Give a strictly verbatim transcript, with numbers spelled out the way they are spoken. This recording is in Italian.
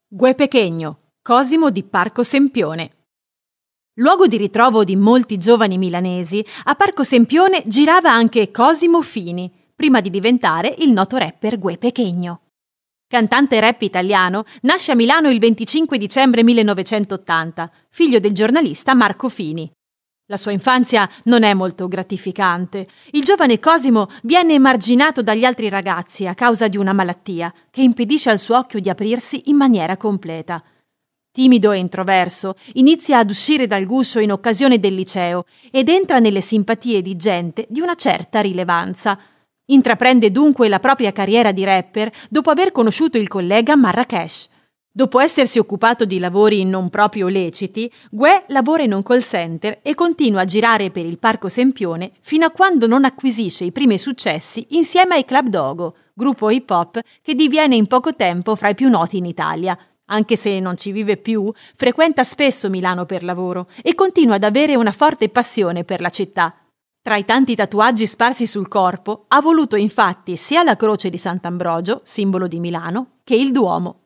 Gue Pequeño, Cosimo di Parco Sempione. Luogo di ritrovo di molti giovani milanesi, a Parco Sempione girava anche Cosimo Fini, prima di diventare il noto rapper Gue Pequeño. Cantante rap italiano, nasce a Milano il venticinque dicembre millenovecentottanta, figlio del giornalista Marco Fini. La sua infanzia non è molto gratificante. Il giovane Cosimo viene emarginato dagli altri ragazzi a causa di una malattia che impedisce al suo occhio di aprirsi in maniera completa. Timido e introverso, inizia ad uscire dal guscio in occasione del liceo ed entra nelle simpatie di gente di una certa rilevanza. Intraprende dunque la propria carriera di rapper dopo aver conosciuto il collega Marracash. Dopo essersi occupato di lavori non proprio leciti, Gue lavora in un call center e continua a girare per il Parco Sempione fino a quando non acquisisce i primi successi insieme ai Club Dogo, gruppo hip hop che diviene in poco tempo fra i più noti in Italia. Anche se non ci vive più, frequenta spesso Milano per lavoro e continua ad avere una forte passione per la città. Tra i tanti tatuaggi sparsi sul corpo, ha voluto infatti sia la croce di Sant'Ambrogio, simbolo di Milano, che il Duomo.